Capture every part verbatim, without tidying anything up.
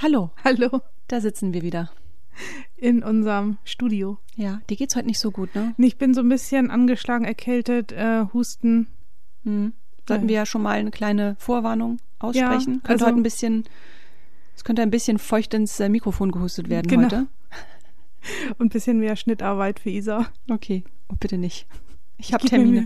Hallo. Hallo. Da sitzen wir wieder. In unserem Studio. Ja, dir geht's heute nicht so gut, ne? Ich bin so ein bisschen angeschlagen, erkältet, äh, Husten. Hm. Sollten Ja. wir ja schon mal eine kleine Vorwarnung aussprechen. Ja, könnte also- heute ein bisschen, es könnte ein bisschen feucht ins äh, Mikrofon gehustet werden Genau. heute. Und ein bisschen mehr Schnittarbeit für Isa. Okay, oh, bitte nicht. Ich habe Gib mir Termine.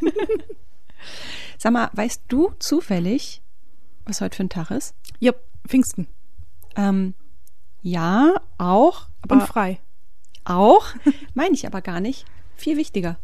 Sag mal, weißt du zufällig, was heute für ein Tag ist? Ja, Pfingsten. Ähm, ja, auch. Und Aber frei. auch, meine ich aber gar nicht. Viel wichtiger.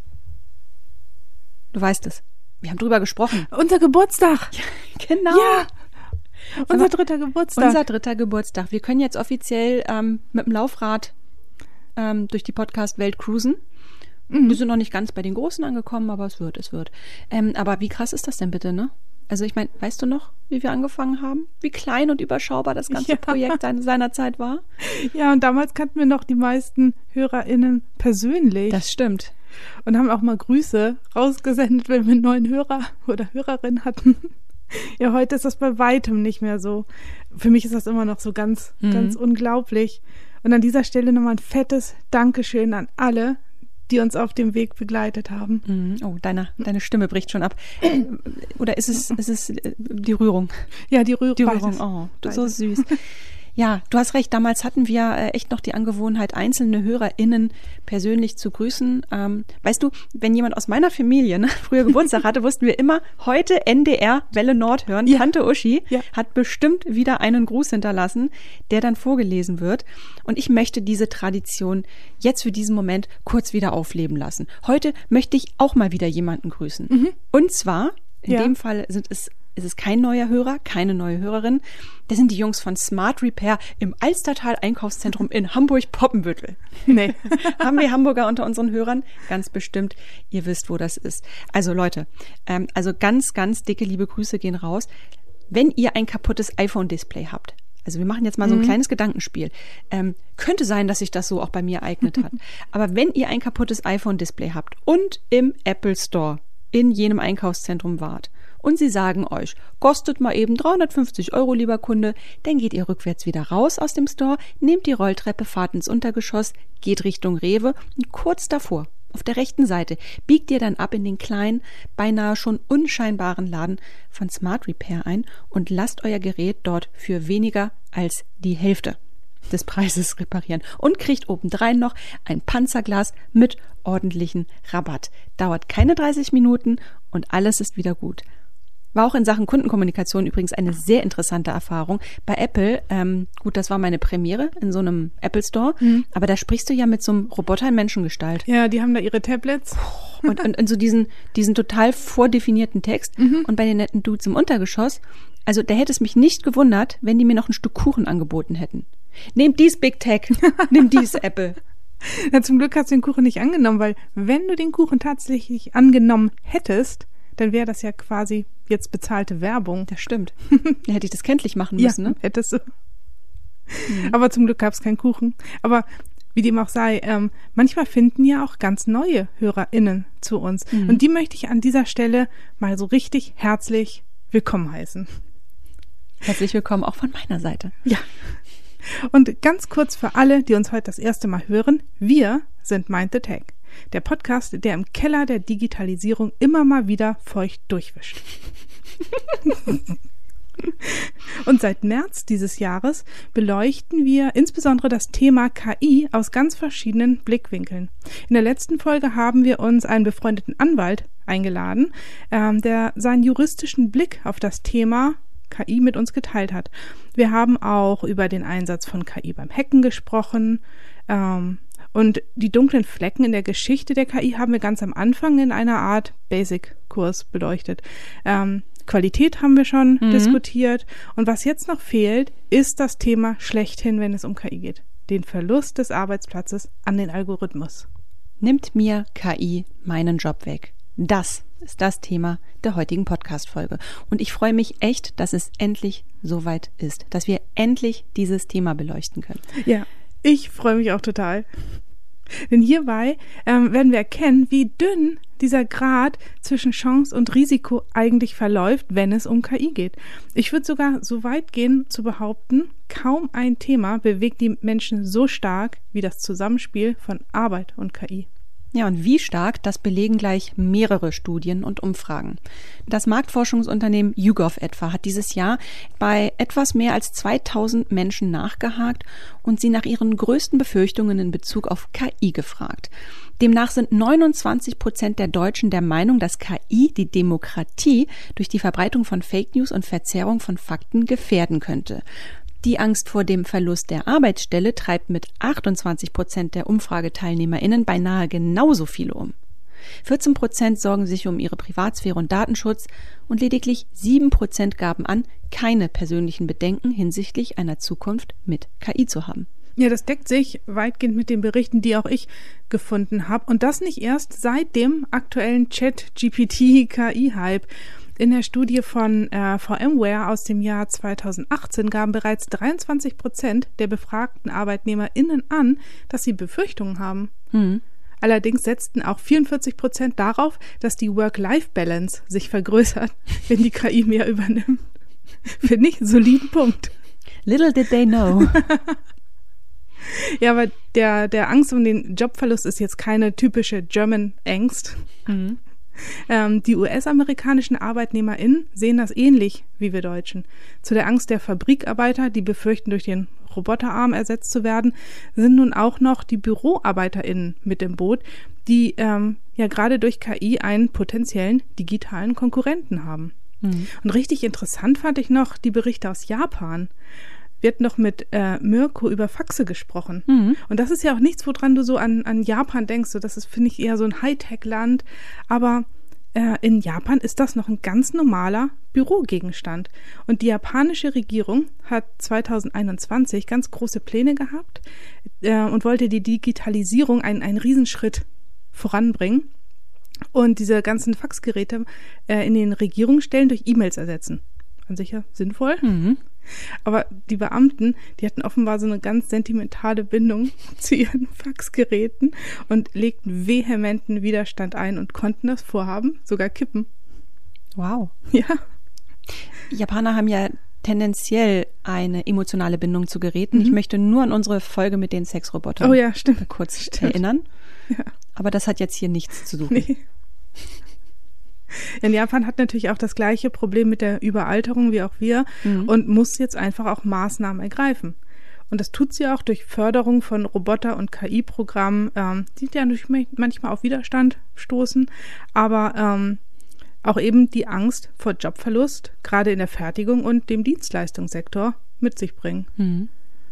Du weißt es. Wir haben drüber gesprochen. Unser Geburtstag. Genau. Ja. Sag Unser mal, dritter Geburtstag. Unser dritter Geburtstag. Wir können jetzt offiziell ähm, mit dem Laufrad ähm, durch die Podcast-Welt cruisen. Mhm. Wir sind noch nicht ganz bei den Großen angekommen, aber es wird, es wird. Ähm, aber wie krass ist das denn bitte, ne? Also ich meine, weißt du noch, wie wir angefangen haben? Wie klein und überschaubar das ganze Ja. Projekt seine- seinerzeit war? Ja, und damals kannten wir noch die meisten HörerInnen persönlich. Das stimmt. Und haben auch mal Grüße rausgesendet, wenn wir einen neuen Hörer oder Hörerin hatten. Ja, heute ist das bei weitem nicht mehr so. Für mich ist das immer noch so ganz, Mhm. ganz unglaublich. Und an dieser Stelle nochmal ein fettes Dankeschön an alle, die uns auf dem Weg begleitet haben. Mhm. Oh, deine, deine Stimme bricht schon ab. Oder ist es, ist es äh, die Rührung? Ja, die Rührung. Die Rührung, oh, du, so süß. Ja, du hast recht, damals hatten wir äh, echt noch die Angewohnheit, einzelne HörerInnen persönlich zu grüßen. Ähm, weißt du, wenn jemand aus meiner Familie ne, früher Geburtstag hatte, wussten wir immer, heute N D R Welle Nord hören. Ja. Tante Uschi Ja. hat bestimmt wieder einen Gruß hinterlassen, der dann vorgelesen wird. Und ich möchte diese Tradition jetzt für diesen Moment kurz wieder aufleben lassen. Heute möchte ich auch mal wieder jemanden grüßen. Und zwar, in Ja. dem Fall sind es ist es kein neuer Hörer, keine neue Hörerin. Das sind die Jungs von Smart Repair im Alstertal Einkaufszentrum in Hamburg-Poppenbüttel. Nee. Haben wir Hamburger unter unseren Hörern? Ganz bestimmt. Ihr wisst, wo das ist. Also Leute, ähm, also ganz, ganz dicke liebe Grüße gehen raus. Wenn ihr ein kaputtes iPhone-Display habt, also wir machen jetzt mal so ein kleines Gedankenspiel. Ähm, könnte sein, dass sich das so auch bei mir ereignet hat. Aber wenn ihr ein kaputtes iPhone-Display habt und im Apple Store in jenem Einkaufszentrum wart und sie sagen euch, kostet mal eben dreihundertfünfzig Euro, lieber Kunde, dann geht ihr rückwärts wieder raus aus dem Store, nehmt die Rolltreppe, fahrt ins Untergeschoss, geht Richtung Rewe und kurz davor, auf der rechten Seite, biegt ihr dann ab in den kleinen, beinahe schon unscheinbaren Laden von Smart Repair ein und lasst euer Gerät dort für weniger als die Hälfte des Preises reparieren und kriegt obendrein noch ein Panzerglas mit ordentlichen Rabatt. Dauert keine dreißig Minuten und alles ist wieder gut. War auch in Sachen Kundenkommunikation übrigens eine sehr interessante Erfahrung. Bei Apple, ähm, gut, das war meine Premiere in so einem Apple Store, Mhm. aber da sprichst du ja mit so einem Roboter in Menschengestalt. Ja, die haben da ihre Tablets. Und, und, und so diesen, diesen total vordefinierten Text. Mhm. Und bei den netten Dudes im Untergeschoss, also da hätte es mich nicht gewundert, wenn die mir noch ein Stück Kuchen angeboten hätten. Nehmt dies Big Tech, nimm dies Apple. Ja, zum Glück hast du den Kuchen nicht angenommen, weil wenn du den Kuchen tatsächlich angenommen hättest, dann wäre das ja quasi jetzt bezahlte Werbung. Das stimmt. Da hätte ich das kenntlich machen Ja, müssen, ne? hättest du. Aber zum Glück gab es keinen Kuchen. Aber wie dem auch sei, ähm, manchmal finden ja auch ganz neue HörerInnen zu uns. Mhm. Und die möchte ich an dieser Stelle mal so richtig herzlich willkommen heißen. Herzlich willkommen auch von meiner Seite. Ja. Und ganz kurz für alle, die uns heute das erste Mal hören, wir sind Mind the Tech. Der Podcast, der im Keller der Digitalisierung immer mal wieder feucht durchwischt. Und seit März dieses Jahres beleuchten wir insbesondere das Thema K I aus ganz verschiedenen Blickwinkeln. In der letzten Folge haben wir uns einen befreundeten Anwalt eingeladen, ähm, der seinen juristischen Blick auf das Thema K I mit uns geteilt hat. Wir haben auch über den Einsatz von K I beim Hacken gesprochen, ähm, und die dunklen Flecken in der Geschichte der K I haben wir ganz am Anfang in einer Art Basic-Kurs beleuchtet. Ähm, Qualität haben wir schon Mhm. diskutiert. Und was jetzt noch fehlt, ist das Thema schlechthin, wenn es um K I geht. Den Verlust des Arbeitsplatzes an den Algorithmus. Nimmt mir K I meinen Job weg? Das ist das Thema der heutigen Podcast-Folge. Und ich freue mich echt, dass es endlich soweit ist, dass wir endlich dieses Thema beleuchten können. Ja, ich freue mich auch total. Denn hierbei ähm, werden wir erkennen, wie dünn dieser Grad zwischen Chance und Risiko eigentlich verläuft, wenn es um K I geht. Ich würde sogar so weit gehen zu behaupten, kaum ein Thema bewegt die Menschen so stark wie das Zusammenspiel von Arbeit und K I. Ja, und wie stark, das belegen gleich mehrere Studien und Umfragen. Das Marktforschungsunternehmen YouGov etwa hat dieses Jahr bei etwas mehr als zweitausend Menschen nachgehakt und sie nach ihren größten Befürchtungen in Bezug auf K I gefragt. Demnach sind neunundzwanzig Prozent der Deutschen der Meinung, dass K I die Demokratie durch die Verbreitung von Fake News und Verzerrung von Fakten gefährden könnte. Die Angst vor dem Verlust der Arbeitsstelle treibt mit achtundzwanzig Prozent der UmfrageteilnehmerInnen beinahe genauso viele um. vierzehn Prozent sorgen sich um ihre Privatsphäre und Datenschutz und lediglich sieben Prozent gaben an, keine persönlichen Bedenken hinsichtlich einer Zukunft mit K I zu haben. Ja, das deckt sich weitgehend mit den Berichten, die auch ich gefunden habe. Und das nicht erst seit dem aktuellen Chat-G P T-K I-Hype. In der Studie von äh, VMware aus dem Jahr zweitausendachtzehn gaben bereits dreiundzwanzig Prozent der befragten ArbeitnehmerInnen an, dass sie Befürchtungen haben. Mhm. Allerdings setzten auch vierundvierzig Prozent darauf, dass die Work-Life-Balance sich vergrößert, wenn die K I mehr übernimmt. Finde ich einen soliden Punkt. Little did they know. Ja, aber der, der Angst um den Jobverlust ist jetzt keine typische German Angst. Mhm. Ähm, die U S-amerikanischen ArbeitnehmerInnen sehen das ähnlich wie wir Deutschen. Zu der Angst der Fabrikarbeiter, die befürchten, durch den Roboterarm ersetzt zu werden, sind nun auch noch die BüroarbeiterInnen mit im Boot, die ähm, ja gerade durch K I einen potenziellen digitalen Konkurrenten haben. Mhm. Und richtig interessant fand ich noch die Berichte aus Japan. Wir hatten noch mit äh, Mirko über Faxe gesprochen. Mhm. Und das ist ja auch nichts, woran du so an, an Japan denkst. So, das ist, finde ich, eher so ein Hightech-Land. Aber äh, in Japan ist das noch ein ganz normaler Bürogegenstand. Und die japanische Regierung hat zweitausendeinundzwanzig ganz große Pläne gehabt äh, und wollte die Digitalisierung einen, einen Riesenschritt voranbringen und diese ganzen Faxgeräte äh, in den Regierungsstellen durch E-Mails ersetzen. An sich ja sinnvoll. Mhm. Aber die Beamten, die hatten offenbar so eine ganz sentimentale Bindung zu ihren Faxgeräten und legten vehementen Widerstand ein und konnten das Vorhaben sogar kippen. Wow. Ja. Japaner haben ja tendenziell eine emotionale Bindung zu Geräten. Mhm. Ich möchte nur an unsere Folge mit den Sexrobotern oh ja, stimmt. kurz stimmt. erinnern. Ja. Aber das hat jetzt hier nichts zu suchen. Nee. In Japan hat natürlich auch das gleiche Problem mit der Überalterung wie auch wir mhm. und muss jetzt einfach auch Maßnahmen ergreifen. Und das tut sie auch durch Förderung von Roboter- und K I-Programmen, ähm, die ja manchmal auf Widerstand stoßen, aber ähm, auch eben die Angst vor Jobverlust, gerade in der Fertigung und dem Dienstleistungssektor, mit sich bringen. Mhm.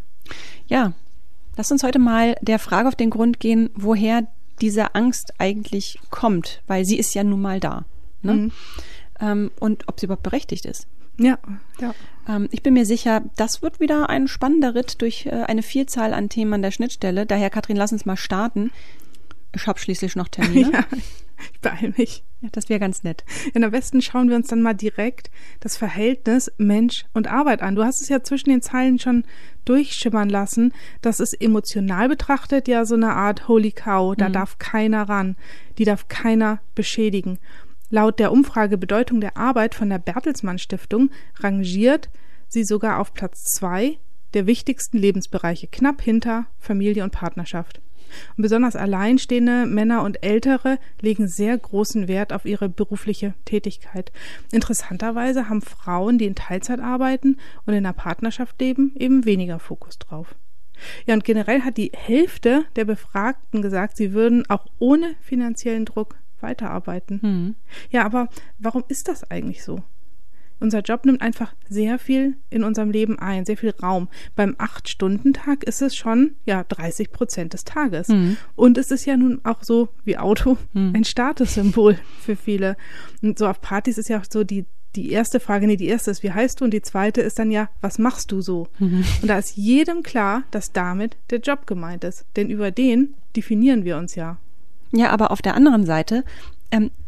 Ja, lass uns heute mal der Frage auf den Grund gehen, woher diese Angst eigentlich kommt, weil sie ist ja nun mal da. Ne? Mhm. Ähm, und ob sie überhaupt berechtigt ist. Ja, ja. Ähm, ich bin mir sicher, das wird wieder ein spannender Ritt durch äh, eine Vielzahl an Themen an der Schnittstelle. Daher, Katrin, lass uns mal starten. Ich habe schließlich noch Termine. Ja, ich beeile mich. Ja, das wäre ganz nett. Ja, am besten schauen wir uns dann mal direkt das Verhältnis Mensch und Arbeit an. Du hast es ja zwischen den Zeilen schon durchschimmern lassen. Das ist emotional betrachtet ja so eine Art Holy Cow. Da mhm. darf keiner ran. Die darf keiner beschädigen. Laut der Umfrage Bedeutung der Arbeit von der Bertelsmann Stiftung rangiert sie sogar auf Platz zwei der wichtigsten Lebensbereiche, knapp hinter Familie und Partnerschaft. Und besonders alleinstehende Männer und Ältere legen sehr großen Wert auf ihre berufliche Tätigkeit. Interessanterweise haben Frauen, die in Teilzeit arbeiten und in einer Partnerschaft leben, eben weniger Fokus drauf. Ja, und generell hat die Hälfte der Befragten gesagt, sie würden auch ohne finanziellen Druck weiterarbeiten. Mhm. Ja, aber warum ist das eigentlich so? Unser Job nimmt einfach sehr viel in unserem Leben ein, sehr viel Raum. Beim acht-Stunden-Tag ist es schon ja dreißig Prozent des Tages. Mhm. Und es ist ja nun auch so wie Auto mhm. ein Statussymbol für viele. Und so auf Partys ist ja auch so die die erste Frage, nee, die erste ist, wie heißt du? Und die zweite ist dann ja, was machst du so? Mhm. Und da ist jedem klar, dass damit der Job gemeint ist. Denn über den definieren wir uns ja. Ja, aber auf der anderen Seite, ähm,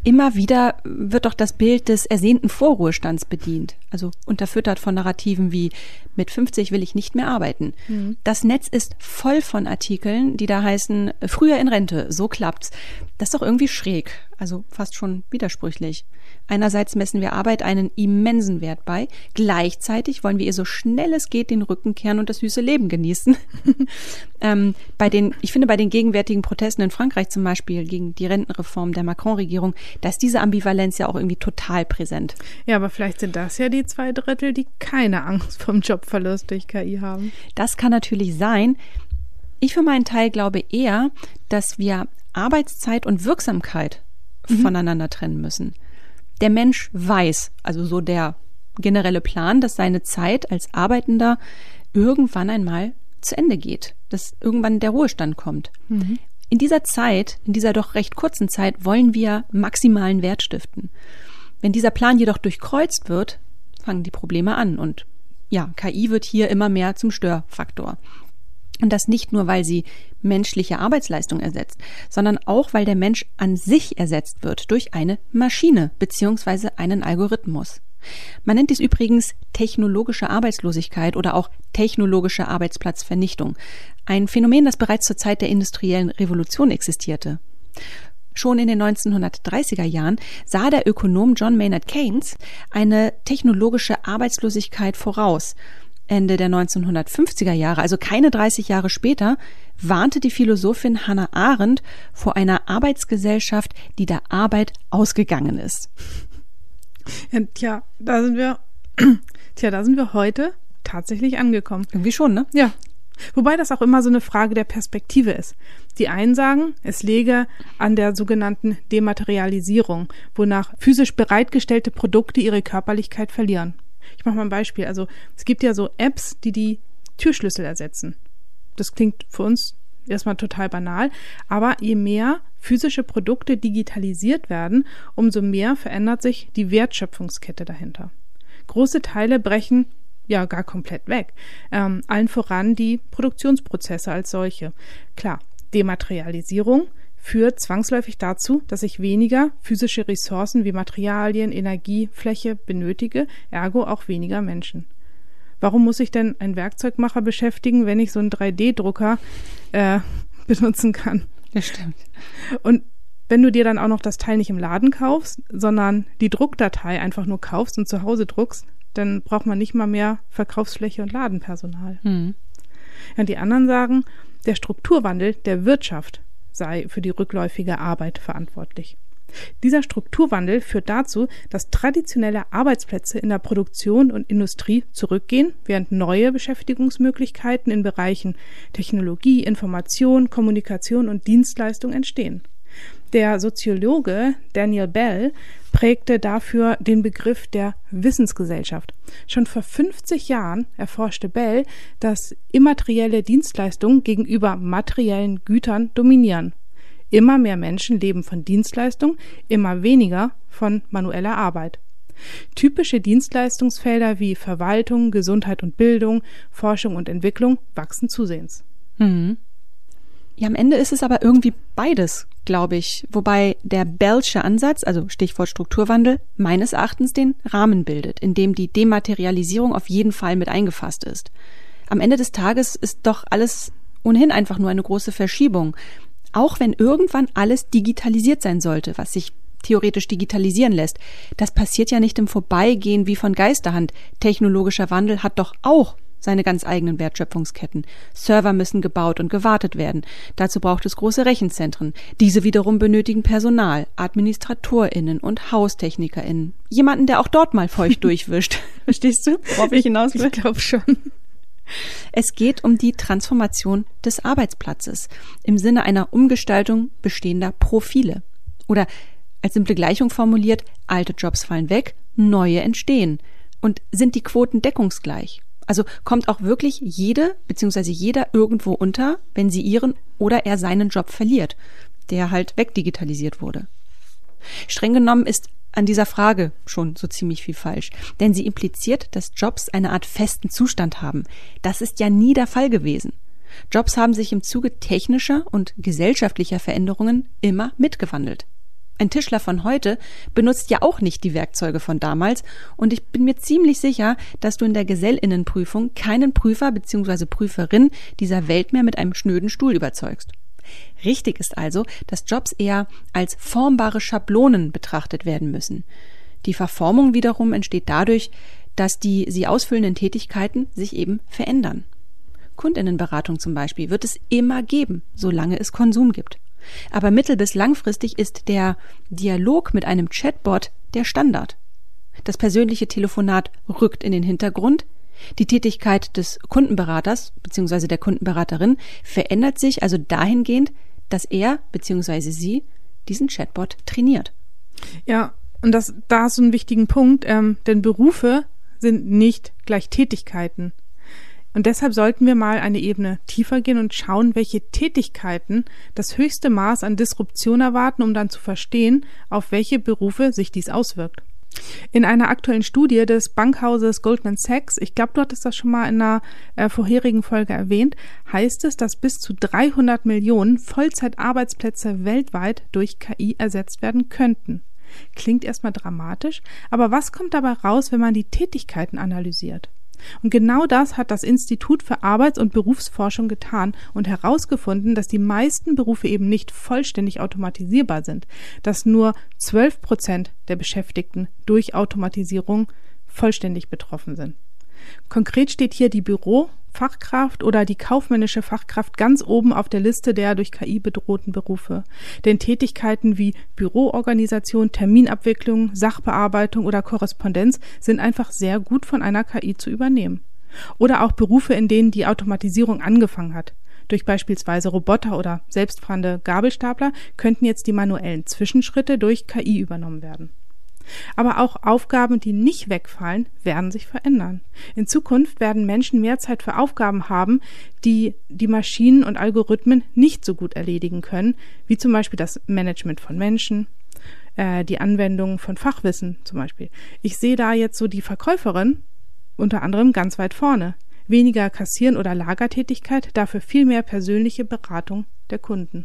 immer wieder wird doch das Bild des ersehnten Vorruhestands bedient. Also unterfüttert von Narrativen wie mit fünfzig will ich nicht mehr arbeiten. Mhm. Das Netz ist voll von Artikeln, die da heißen, früher in Rente, so klappt's. Das ist doch irgendwie schräg, also fast schon widersprüchlich. Einerseits messen wir Arbeit einen immensen Wert bei, gleichzeitig wollen wir ihr so schnell es geht den Rücken kehren und das süße Leben genießen. ähm, bei den, ich finde, bei den gegenwärtigen Protesten in Frankreich zum Beispiel gegen die Rentenreform der Macron-Regierung, da ist diese Ambivalenz ja auch irgendwie total präsent. Ja, aber vielleicht sind das ja die zwei Drittel, die keine Angst vom Jobverlust durch K I haben. Das kann natürlich sein. Ich für meinen Teil glaube eher, dass wir Arbeitszeit und Wirksamkeit mhm. voneinander trennen müssen. Der Mensch weiß, also so der generelle Plan, dass seine Zeit als Arbeitender irgendwann einmal zu Ende geht, dass irgendwann der Ruhestand kommt. Mhm. In dieser Zeit, in dieser doch recht kurzen Zeit, wollen wir maximalen Wert stiften. Wenn dieser Plan jedoch durchkreuzt wird, fangen die Probleme an und ja, K I wird hier immer mehr zum Störfaktor. Und das nicht nur, weil sie menschliche Arbeitsleistung ersetzt, sondern auch, weil der Mensch an sich ersetzt wird durch eine Maschine beziehungsweise einen Algorithmus. Man nennt dies übrigens technologische Arbeitslosigkeit oder auch technologische Arbeitsplatzvernichtung. Ein Phänomen, das bereits zur Zeit der industriellen Revolution existierte. Schon in den neunzehnhundertdreißiger Jahren sah der Ökonom John Maynard Keynes eine technologische Arbeitslosigkeit voraus. Ende der neunzehnhundertfünfziger Jahre, also keine dreißig Jahre später, warnte die Philosophin Hannah Arendt vor einer Arbeitsgesellschaft, die der Arbeit ausgegangen ist. Ja, tja, da sind wir, tja, da sind wir heute tatsächlich angekommen. Irgendwie schon, ne? Ja. Wobei das auch immer so eine Frage der Perspektive ist. Die einen sagen, es läge an der sogenannten Dematerialisierung, wonach physisch bereitgestellte Produkte ihre Körperlichkeit verlieren. Ich mache mal ein Beispiel. Also es gibt ja so Apps, die die Türschlüssel ersetzen. Das klingt für uns erstmal total banal, aber je mehr physische Produkte digitalisiert werden, umso mehr verändert sich die Wertschöpfungskette dahinter. Große Teile brechen ja gar komplett weg. Ähm, allen voran die Produktionsprozesse als solche. Klar, Dematerialisierung führt zwangsläufig dazu, dass ich weniger physische Ressourcen wie Materialien, Energie, Fläche benötige, ergo auch weniger Menschen. Warum muss ich denn einen Werkzeugmacher beschäftigen, wenn ich so einen drei D Drucker äh, benutzen kann? Das stimmt. Und wenn du dir dann auch noch das Teil nicht im Laden kaufst, sondern die Druckdatei einfach nur kaufst und zu Hause druckst, dann braucht man nicht mal mehr Verkaufsfläche und Ladenpersonal. Mhm. Ja, die anderen sagen, der Strukturwandel der Wirtschaft sei für die rückläufige Arbeit verantwortlich. Dieser Strukturwandel führt dazu, dass traditionelle Arbeitsplätze in der Produktion und Industrie zurückgehen, während neue Beschäftigungsmöglichkeiten in Bereichen Technologie, Information, Kommunikation und Dienstleistung entstehen. Der Soziologe Daniel Bell prägte dafür den Begriff der Wissensgesellschaft. Schon vor fünfzig Jahren erforschte Bell, dass immaterielle Dienstleistungen gegenüber materiellen Gütern dominieren. Immer mehr Menschen leben von Dienstleistung, immer weniger von manueller Arbeit. Typische Dienstleistungsfelder wie Verwaltung, Gesundheit und Bildung, Forschung und Entwicklung wachsen zusehends. Mhm. Ja, am Ende ist es aber irgendwie beides, glaube ich. Wobei der Bellsche Ansatz, also Stichwort Strukturwandel, meines Erachtens den Rahmen bildet, in dem die Dematerialisierung auf jeden Fall mit eingefasst ist. Am Ende des Tages ist doch alles ohnehin einfach nur eine große Verschiebung. Auch wenn irgendwann alles digitalisiert sein sollte, was sich theoretisch digitalisieren lässt. Das passiert ja nicht im Vorbeigehen wie von Geisterhand. Technologischer Wandel hat doch auch seine ganz eigenen Wertschöpfungsketten. Server müssen gebaut und gewartet werden. Dazu braucht es große Rechenzentren. Diese wiederum benötigen Personal, AdministratorInnen und HaustechnikerInnen. Jemanden, der auch dort mal feucht durchwischt. Verstehst du, worauf ich hinaus will? Ich glaube schon. Es geht um die Transformation des Arbeitsplatzes im Sinne einer Umgestaltung bestehender Profile. Oder als simple Gleichung formuliert, alte Jobs fallen weg, neue entstehen. Und sind die Quoten deckungsgleich? Also kommt auch wirklich jede bzw. jeder irgendwo unter, wenn sie ihren oder er seinen Job verliert, der halt wegdigitalisiert wurde. Streng genommen ist an dieser Frage schon so ziemlich viel falsch, denn sie impliziert, dass Jobs eine Art festen Zustand haben. Das ist ja nie der Fall gewesen. Jobs haben sich im Zuge technischer und gesellschaftlicher Veränderungen immer mitgewandelt. Ein Tischler von heute benutzt ja auch nicht die Werkzeuge von damals und ich bin mir ziemlich sicher, dass du in der Gesellinnenprüfung keinen Prüfer bzw. Prüferin dieser Welt mehr mit einem schnöden Stuhl überzeugst. Richtig ist also, dass Jobs eher als formbare Schablonen betrachtet werden müssen. Die Verformung wiederum entsteht dadurch, dass die sie ausfüllenden Tätigkeiten sich eben verändern. Kundinnenberatung zum Beispiel wird es immer geben, solange es Konsum gibt. Aber mittel- bis langfristig ist der Dialog mit einem Chatbot der Standard. Das persönliche Telefonat rückt in den Hintergrund. Die Tätigkeit des Kundenberaters bzw. der Kundenberaterin verändert sich also dahingehend, dass er bzw. sie diesen Chatbot trainiert. Ja, und das, da hast du einen wichtigen Punkt, ähm, denn Berufe sind nicht gleich Tätigkeiten. Und deshalb sollten wir mal eine Ebene tiefer gehen und schauen, welche Tätigkeiten das höchste Maß an Disruption erwarten, um dann zu verstehen, auf welche Berufe sich dies auswirkt. In einer aktuellen Studie des Bankhauses Goldman Sachs, ich glaube, du hattest das schon mal in einer äh, vorherigen Folge erwähnt, heißt es, dass bis zu dreihundert Millionen Vollzeitarbeitsplätze weltweit durch K I ersetzt werden könnten. Klingt erstmal dramatisch, aber was kommt dabei raus, wenn man die Tätigkeiten analysiert? Und genau das hat das Institut für Arbeits- und Berufsforschung getan und herausgefunden, dass die meisten Berufe eben nicht vollständig automatisierbar sind, dass nur zwölf Prozent der Beschäftigten durch Automatisierung vollständig betroffen sind. Konkret steht hier die Bürofachkraft oder die kaufmännische Fachkraft ganz oben auf der Liste der durch K I bedrohten Berufe. Denn Tätigkeiten wie Büroorganisation, Terminabwicklung, Sachbearbeitung oder Korrespondenz sind einfach sehr gut von einer K I zu übernehmen. Oder auch Berufe, in denen die Automatisierung angefangen hat. Durch beispielsweise Roboter oder selbstfahrende Gabelstapler könnten jetzt die manuellen Zwischenschritte durch K I übernommen werden. Aber auch Aufgaben, die nicht wegfallen, werden sich verändern. In Zukunft werden Menschen mehr Zeit für Aufgaben haben, die die Maschinen und Algorithmen nicht so gut erledigen können, wie zum Beispiel das Management von Menschen, äh, die Anwendung von Fachwissen zum Beispiel. Ich sehe da jetzt so die Verkäuferin unter anderem ganz weit vorne. Weniger Kassieren oder Lagertätigkeit, dafür viel mehr persönliche Beratung der Kunden.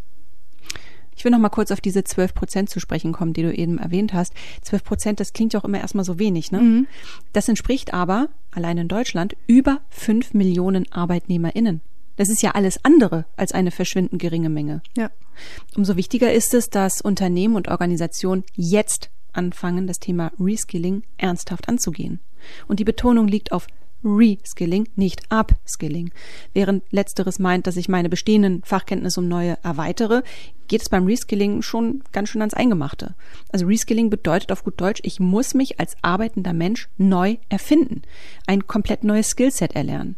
Ich will noch mal kurz auf diese zwölf Prozent zu sprechen kommen, die du eben erwähnt hast. zwölf Prozent, das klingt ja auch immer erstmal so wenig, ne? Mhm. Das entspricht aber, allein in Deutschland, über fünf Millionen ArbeitnehmerInnen. Das ist ja alles andere als eine verschwindend geringe Menge. Ja. Umso wichtiger ist es, dass Unternehmen und Organisationen jetzt anfangen, das Thema Reskilling ernsthaft anzugehen. Und die Betonung liegt auf Reskilling, nicht Upskilling. Während letzteres meint, dass ich meine bestehenden Fachkenntnisse um neue erweitere, geht es beim Reskilling schon ganz schön ans Eingemachte. Also Reskilling bedeutet auf gut Deutsch, ich muss mich als arbeitender Mensch neu erfinden, ein komplett neues Skillset erlernen.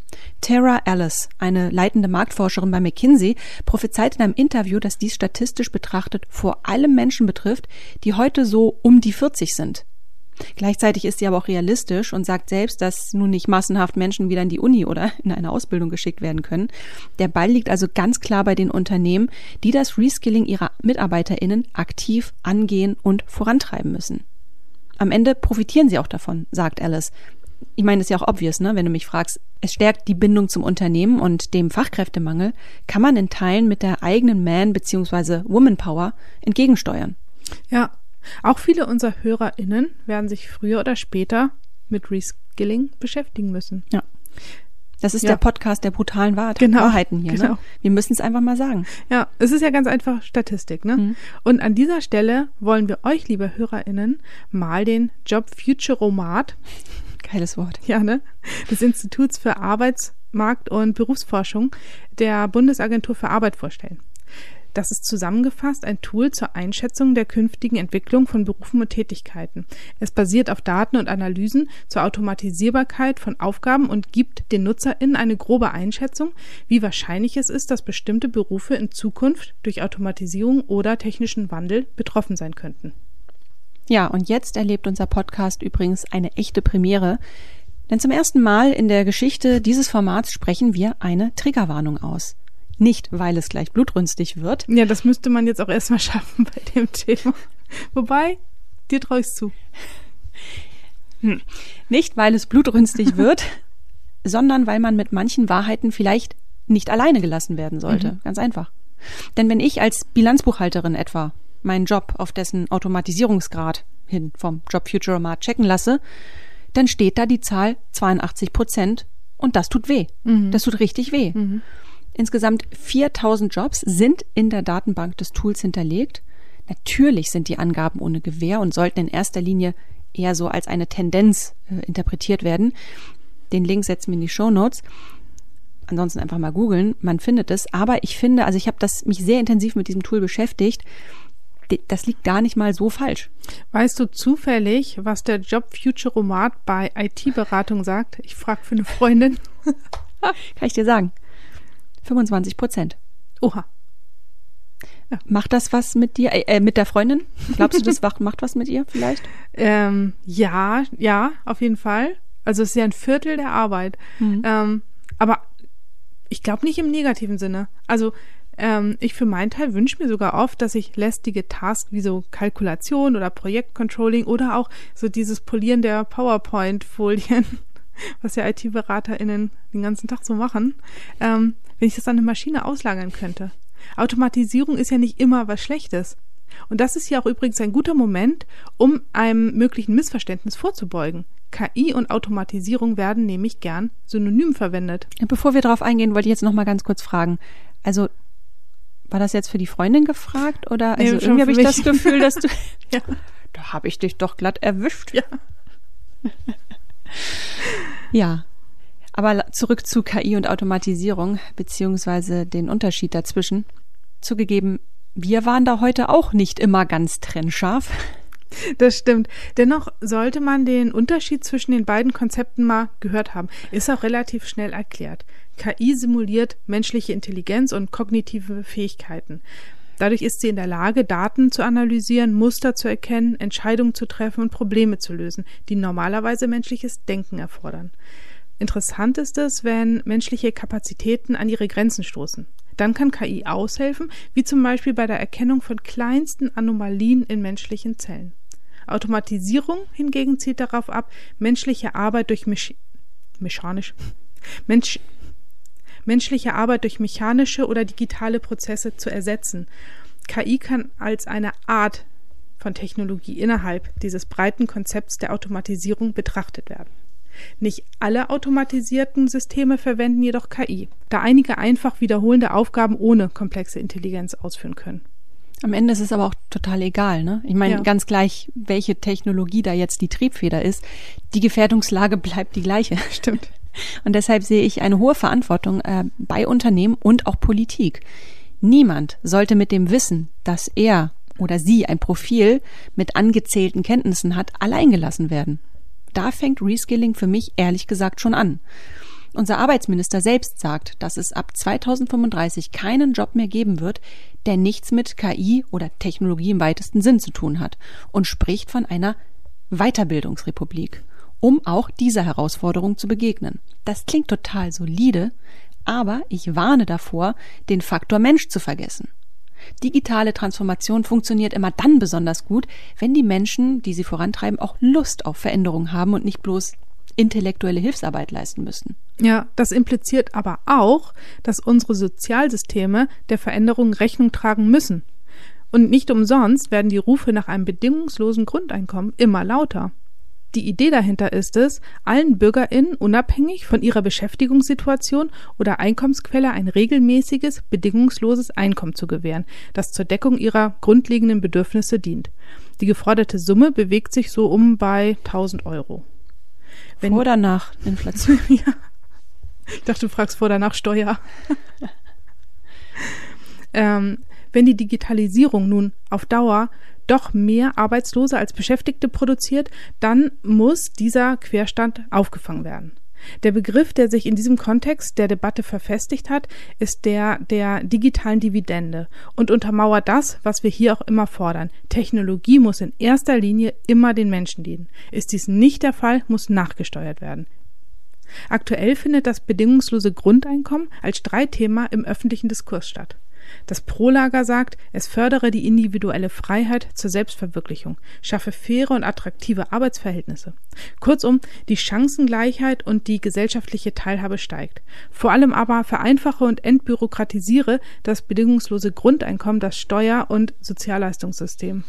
Tara Ellis, eine leitende Marktforscherin bei McKinsey, prophezeit in einem Interview, dass dies statistisch betrachtet vor allem Menschen betrifft, die heute so um die vierzig sind. Gleichzeitig ist sie aber auch realistisch und sagt selbst, dass nun nicht massenhaft Menschen wieder in die Uni oder in eine Ausbildung geschickt werden können. Der Ball liegt also ganz klar bei den Unternehmen, die das Reskilling ihrer MitarbeiterInnen aktiv angehen und vorantreiben müssen. Am Ende profitieren sie auch davon, sagt Alice. Ich meine, das ist ja auch obvious, ne? Wenn du mich fragst, es stärkt die Bindung zum Unternehmen und dem Fachkräftemangel kann man in Teilen mit der eigenen Man- bzw. Woman-Power entgegensteuern. Ja. Auch viele unserer HörerInnen werden sich früher oder später mit Reskilling beschäftigen müssen. Ja. Das ist ja der Podcast der brutalen Wahrheit, genau, Wahrheiten hier. Genau. Ne? Wir müssen es einfach mal sagen. Ja, es ist ja ganz einfach Statistik. Ne? Mhm. Und an dieser Stelle wollen wir euch, liebe HörerInnen, mal den Job Futuromat, geiles Wort, ja, ne, des Instituts für Arbeitsmarkt- und Berufsforschung der Bundesagentur für Arbeit vorstellen. Das ist zusammengefasst ein Tool zur Einschätzung der künftigen Entwicklung von Berufen und Tätigkeiten. Es basiert auf Daten und Analysen zur Automatisierbarkeit von Aufgaben und gibt den NutzerInnen eine grobe Einschätzung, wie wahrscheinlich es ist, dass bestimmte Berufe in Zukunft durch Automatisierung oder technischen Wandel betroffen sein könnten. Ja, und jetzt erlebt unser Podcast übrigens eine echte Premiere. Denn zum ersten Mal in der Geschichte dieses Formats sprechen wir eine Triggerwarnung aus. Nicht, weil es gleich blutrünstig wird. Ja, das müsste man jetzt auch erstmal schaffen bei dem Thema. Wobei, dir traue ich's zu. Hm. Nicht, weil es blutrünstig wird, sondern weil man mit manchen Wahrheiten vielleicht nicht alleine gelassen werden sollte. Mhm. Ganz einfach. Denn wenn ich als Bilanzbuchhalterin etwa meinen Job auf dessen Automatisierungsgrad hin vom Job Futuromat checken lasse, dann steht da die Zahl zweiundachtzig Prozent und das tut weh. Mhm. Das tut richtig weh. Mhm. Insgesamt viertausend Jobs sind in der Datenbank des Tools hinterlegt. Natürlich sind die Angaben ohne Gewähr und sollten in erster Linie eher so als eine Tendenz äh, interpretiert werden. Den Link setzen wir in die Shownotes. Ansonsten einfach mal googeln, man findet es. Aber ich finde, also ich habe das mich sehr intensiv mit diesem Tool beschäftigt. Das liegt gar nicht mal so falsch. Weißt du zufällig, was der Job Futuromat bei I T-Beratung sagt? Ich frage für eine Freundin. Kann ich dir sagen. fünfundzwanzig Prozent. Oha. Ja. Macht das was mit dir, äh, mit der Freundin? Glaubst du, das macht was mit ihr vielleicht? Ähm, ja, ja, auf jeden Fall. Also es ist ja ein Viertel der Arbeit. Mhm. Ähm, aber ich glaube nicht im negativen Sinne. Also ähm, ich für meinen Teil wünsche mir sogar oft, dass ich lästige Tasks wie so Kalkulation oder Projektcontrolling oder auch so dieses Polieren der PowerPoint-Folien, was ja I T-BeraterInnen den ganzen Tag so machen, ähm, wenn ich das an eine Maschine auslagern könnte. Automatisierung ist ja nicht immer was Schlechtes. Und das ist ja auch übrigens ein guter Moment, um einem möglichen Missverständnis vorzubeugen. K I und Automatisierung werden nämlich gern synonym verwendet. Bevor wir darauf eingehen, wollte ich jetzt noch mal ganz kurz fragen. Also war das jetzt für die Freundin gefragt oder also nee, irgendwie habe ich das Gefühl, dass du ja. Da habe ich dich doch glatt erwischt. Ja. Ja. Aber zurück zu K I und Automatisierung beziehungsweise den Unterschied dazwischen. Zugegeben, wir waren da heute auch nicht immer ganz trennscharf. Das stimmt. Dennoch sollte man den Unterschied zwischen den beiden Konzepten mal gehört haben. Ist auch relativ schnell erklärt. K I simuliert menschliche Intelligenz und kognitive Fähigkeiten. Dadurch ist sie in der Lage, Daten zu analysieren, Muster zu erkennen, Entscheidungen zu treffen und Probleme zu lösen, die normalerweise menschliches Denken erfordern. Interessant ist es, wenn menschliche Kapazitäten an ihre Grenzen stoßen. Dann kann K I aushelfen, wie zum Beispiel bei der Erkennung von kleinsten Anomalien in menschlichen Zellen. Automatisierung hingegen zielt darauf ab, menschliche Arbeit durch Mich- mechanisch, Mensch, menschliche Arbeit durch mechanische oder digitale Prozesse zu ersetzen. K I kann als eine Art von Technologie innerhalb dieses breiten Konzepts der Automatisierung betrachtet werden. Nicht alle automatisierten Systeme verwenden jedoch K I, da einige einfach wiederholende Aufgaben ohne komplexe Intelligenz ausführen können. Am Ende ist es aber auch total egal, ne? Ich meine, Ja. ganz gleich, welche Technologie da jetzt die Triebfeder ist, die Gefährdungslage bleibt die gleiche. Stimmt. Und deshalb sehe ich eine hohe Verantwortung äh, bei Unternehmen und auch Politik. Niemand sollte mit dem Wissen, dass er oder sie ein Profil mit angezählten Kenntnissen hat, alleingelassen werden. Da fängt Reskilling für mich ehrlich gesagt schon an. Unser Arbeitsminister selbst sagt, dass es ab zweitausendfünfunddreißig keinen Job mehr geben wird, der nichts mit K I oder Technologie im weitesten Sinn zu tun hat und spricht von einer Weiterbildungsrepublik, um auch dieser Herausforderung zu begegnen. Das klingt total solide, aber ich warne davor, den Faktor Mensch zu vergessen. Digitale Transformation funktioniert immer dann besonders gut, wenn die Menschen, die sie vorantreiben, auch Lust auf Veränderung haben und nicht bloß intellektuelle Hilfsarbeit leisten müssen. Ja, das impliziert aber auch, dass unsere Sozialsysteme der Veränderung Rechnung tragen müssen. Und nicht umsonst werden die Rufe nach einem bedingungslosen Grundeinkommen immer lauter. Die Idee dahinter ist es, allen BürgerInnen unabhängig von ihrer Beschäftigungssituation oder Einkommensquelle ein regelmäßiges, bedingungsloses Einkommen zu gewähren, das zur Deckung ihrer grundlegenden Bedürfnisse dient. Die geforderte Summe bewegt sich so um bei tausend Euro. Wenn, vor oder nach Inflation? Ja. Ich dachte, du fragst vor oder nach Steuer. ähm, wenn die Digitalisierung nun auf Dauer doch mehr Arbeitslose als Beschäftigte produziert, dann muss dieser Querstand aufgefangen werden. Der Begriff, der sich in diesem Kontext der Debatte verfestigt hat, ist der der digitalen Dividende und untermauert das, was wir hier auch immer fordern. Technologie muss in erster Linie immer den Menschen dienen. Ist dies nicht der Fall, muss nachgesteuert werden. Aktuell findet das bedingungslose Grundeinkommen als Streitthema im öffentlichen Diskurs statt. Das Pro-Lager sagt, es fördere die individuelle Freiheit zur Selbstverwirklichung, schaffe faire und attraktive Arbeitsverhältnisse. Kurzum, die Chancengleichheit und die gesellschaftliche Teilhabe steigt. Vor allem aber vereinfache und entbürokratisiere das bedingungslose Grundeinkommen, das Steuer- und Sozialleistungssystem.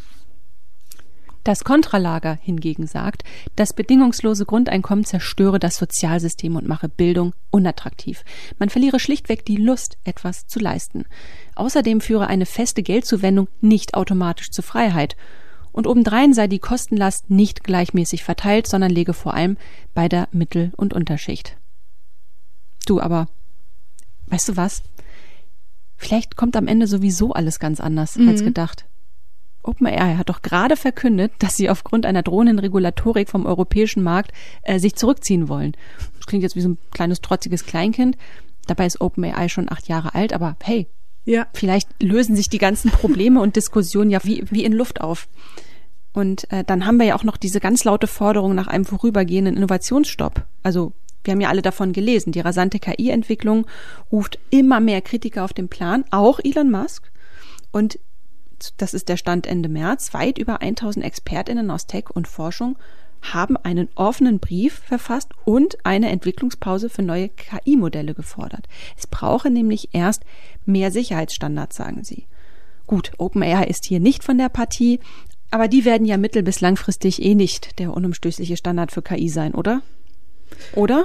Das Kontralager hingegen sagt, das bedingungslose Grundeinkommen zerstöre das Sozialsystem und mache Bildung unattraktiv. Man verliere schlichtweg die Lust, etwas zu leisten. Außerdem führe eine feste Geldzuwendung nicht automatisch zur Freiheit. Und obendrein sei die Kostenlast nicht gleichmäßig verteilt, sondern lege vor allem bei der Mittel- und Unterschicht. Du, aber, weißt du was? Vielleicht kommt am Ende sowieso alles ganz anders mhm. als gedacht. OpenAI hat doch gerade verkündet, dass sie aufgrund einer drohenden Regulatorik vom europäischen Markt äh, sich zurückziehen wollen. Das klingt jetzt wie so ein kleines, trotziges Kleinkind. Dabei ist OpenAI schon acht Jahre alt, aber hey, ja. Vielleicht lösen sich die ganzen Probleme und Diskussionen ja wie, wie in Luft auf. Und äh, dann haben wir ja auch noch diese ganz laute Forderung nach einem vorübergehenden Innovationsstopp. Also wir haben ja alle davon gelesen. Die rasante K I-Entwicklung ruft immer mehr Kritiker auf den Plan, auch Elon Musk. Und das ist der Stand Ende März, weit über tausend ExpertInnen aus Tech und Forschung haben einen offenen Brief verfasst und eine Entwicklungspause für neue K I-Modelle gefordert. Es brauche nämlich erst mehr Sicherheitsstandards, sagen sie. Gut, OpenAI ist hier nicht von der Partie, aber die werden ja mittel- bis langfristig eh nicht der unumstößliche Standard für K I sein, oder? Oder?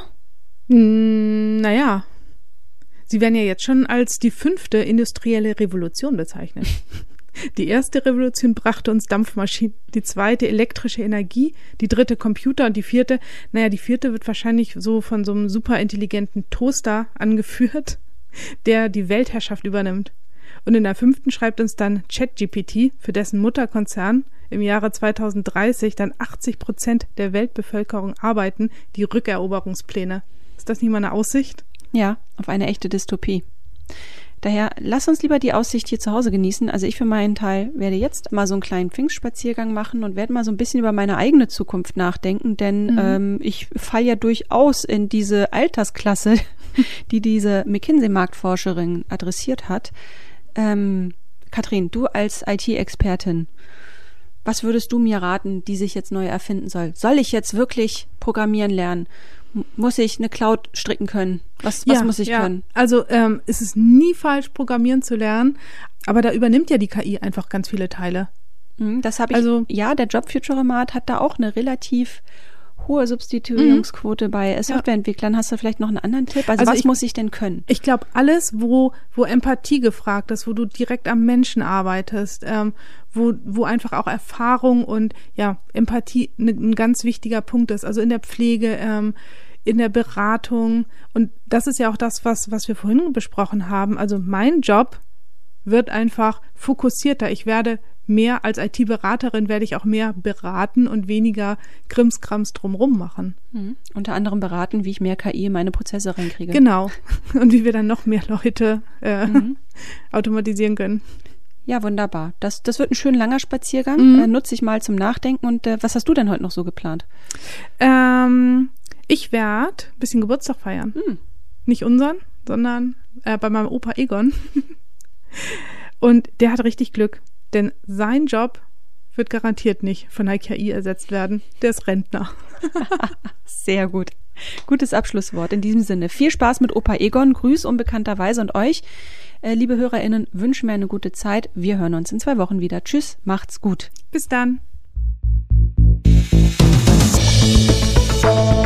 Hm, naja, sie werden ja jetzt schon als die fünfte industrielle Revolution bezeichnet. Die erste Revolution brachte uns Dampfmaschinen, die zweite elektrische Energie, die dritte Computer und die vierte, naja, die vierte wird wahrscheinlich so von so einem superintelligenten Toaster angeführt, der die Weltherrschaft übernimmt. Und in der fünften schreibt uns dann ChatGPT, für dessen Mutterkonzern im Jahre zweitausenddreißig dann achtzig Prozent der Weltbevölkerung arbeiten, die Rückeroberungspläne. Ist das nicht mal eine Aussicht? Ja, auf eine echte Dystopie. Daher lass uns lieber die Aussicht hier zu Hause genießen. Also ich für meinen Teil werde jetzt mal so einen kleinen Pfingstspaziergang machen und werde mal so ein bisschen über meine eigene Zukunft nachdenken, denn mhm. ähm, ich falle ja durchaus in diese Altersklasse, die diese McKinsey-Marktforscherin adressiert hat. Ähm, Katrin, du als I T-Expertin, was würdest du mir raten, die sich jetzt neu erfinden soll? Soll ich jetzt wirklich programmieren lernen? Muss ich eine Cloud stricken können? Was, was ja, muss ich ja. können? Also ähm, es ist nie falsch, programmieren zu lernen, aber da übernimmt ja die K I einfach ganz viele Teile. Das habe ich, also, ja, der Jobfuturomat hat da auch eine relativ hohe Substituierungsquote mhm. bei Softwareentwicklern. Hast du vielleicht noch einen anderen Tipp? Also, also was ich, muss ich denn können? Ich glaube, alles, wo wo Empathie gefragt ist, wo du direkt am Menschen arbeitest, ähm, wo wo einfach auch Erfahrung und ja Empathie ne, ein ganz wichtiger Punkt ist. Also in der Pflege, ähm, in der Beratung, und das ist ja auch das, was was wir vorhin besprochen haben. Also mein Job wird einfach fokussierter. Ich werde mehr als I T-Beraterin werde ich auch mehr beraten und weniger Krimskrams drumrum machen. Mhm. Unter anderem beraten, wie ich mehr K I in meine Prozesse reinkriege. Genau. Und wie wir dann noch mehr Leute äh, mhm. automatisieren können. Ja, wunderbar. Das, das wird ein schön langer Spaziergang. Mhm. Äh, nutze ich mal zum Nachdenken. Und äh, was hast du denn heute noch so geplant? Ähm, ich werde ein bisschen Geburtstag feiern. Mhm. Nicht unseren, sondern äh, bei meinem Opa Egon. Und der hat richtig Glück. Denn sein Job wird garantiert nicht von der K I ersetzt werden. Der ist Rentner. Sehr gut. Gutes Abschlusswort. In diesem Sinne, viel Spaß mit Opa Egon. Grüß unbekannterweise und euch, äh, liebe HörerInnen, wünschen mir eine gute Zeit. Wir hören uns in zwei Wochen wieder. Tschüss, macht's gut. Bis dann.